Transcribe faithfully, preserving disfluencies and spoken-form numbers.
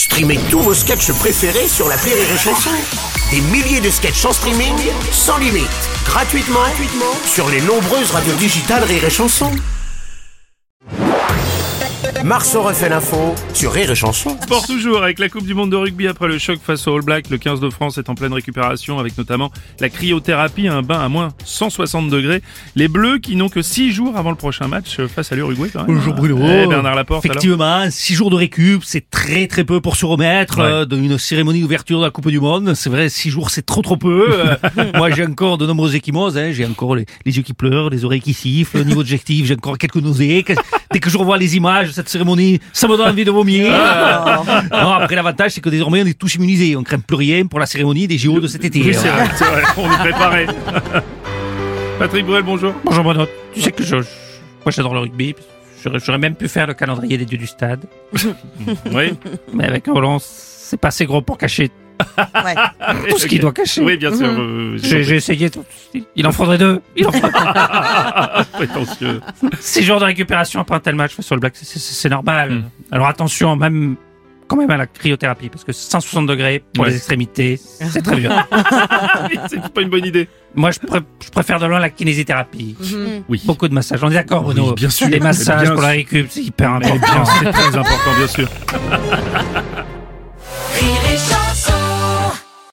Streamez tous vos sketchs préférés sur l'appli Rire et Chanson. Des milliers de sketchs en streaming, sans limite, gratuitement, gratuitement sur les nombreuses radios digitales Rire et Chanson. Marceau refait l'info sur Rire et Chanson. Sport toujours avec la Coupe du Monde de rugby après le choc face aux All Blacks. Le quinze de France est en pleine récupération avec notamment la cryothérapie, un bain à moins cent soixante degrés. Les Bleus qui n'ont que six jours avant le prochain match face à l'Uruguay quand même. Bonjour Bruno. Eh, Bernard Laporte. Effectivement, six jours de récup, c'est très très peu pour se remettre Ouais. euh, d'une cérémonie d'ouverture de la Coupe du Monde. C'est vrai, six jours c'est trop trop peu. Euh, moi j'ai encore de nombreuses échymoses, hein. J'ai encore les, les yeux qui pleurent, les oreilles qui sifflent, au niveau objectif j'ai encore quelques nausées. Dès que je revois les images de cette cérémonie, ça me donne envie de vomir. Non, après l'avantage c'est que désormais on est tous immunisés, on craint plus rien pour la cérémonie des J O de cet été. Oui, c'est vrai, c'est vrai, on est préparé. Patrick Bruel, bonjour. Bonjour Bruno, tu sais que je, je- moi j'adore le rugby. J'aurais, j'aurais même pu faire le calendrier des dieux du stade. Oui. Mais avec Roland, c'est pas assez gros pour cacher tout ce qu'il doit cacher. Oui, bien sûr. euh, J'ai, j'ai essayé tout. Il en faudrait deux. Il en faudrait... Prétentieux. Six jours de récupération après un tel match face au All Blacks, c'est, c'est, c'est normal. Mm. Alors attention, même quand même à la cryothérapie, parce que cent soixante degrés pour Ouais. les extrémités, c'est très bien. C'est pas une bonne idée. Moi, je, pré- je préfère de loin la kinésithérapie. Oui. Beaucoup de massages. On est d'accord, Bruno? Oui, bien sûr. Les massages Bien pour la sûr. récup, c'est hyper Mais important. bien, c'est très important, bien sûr.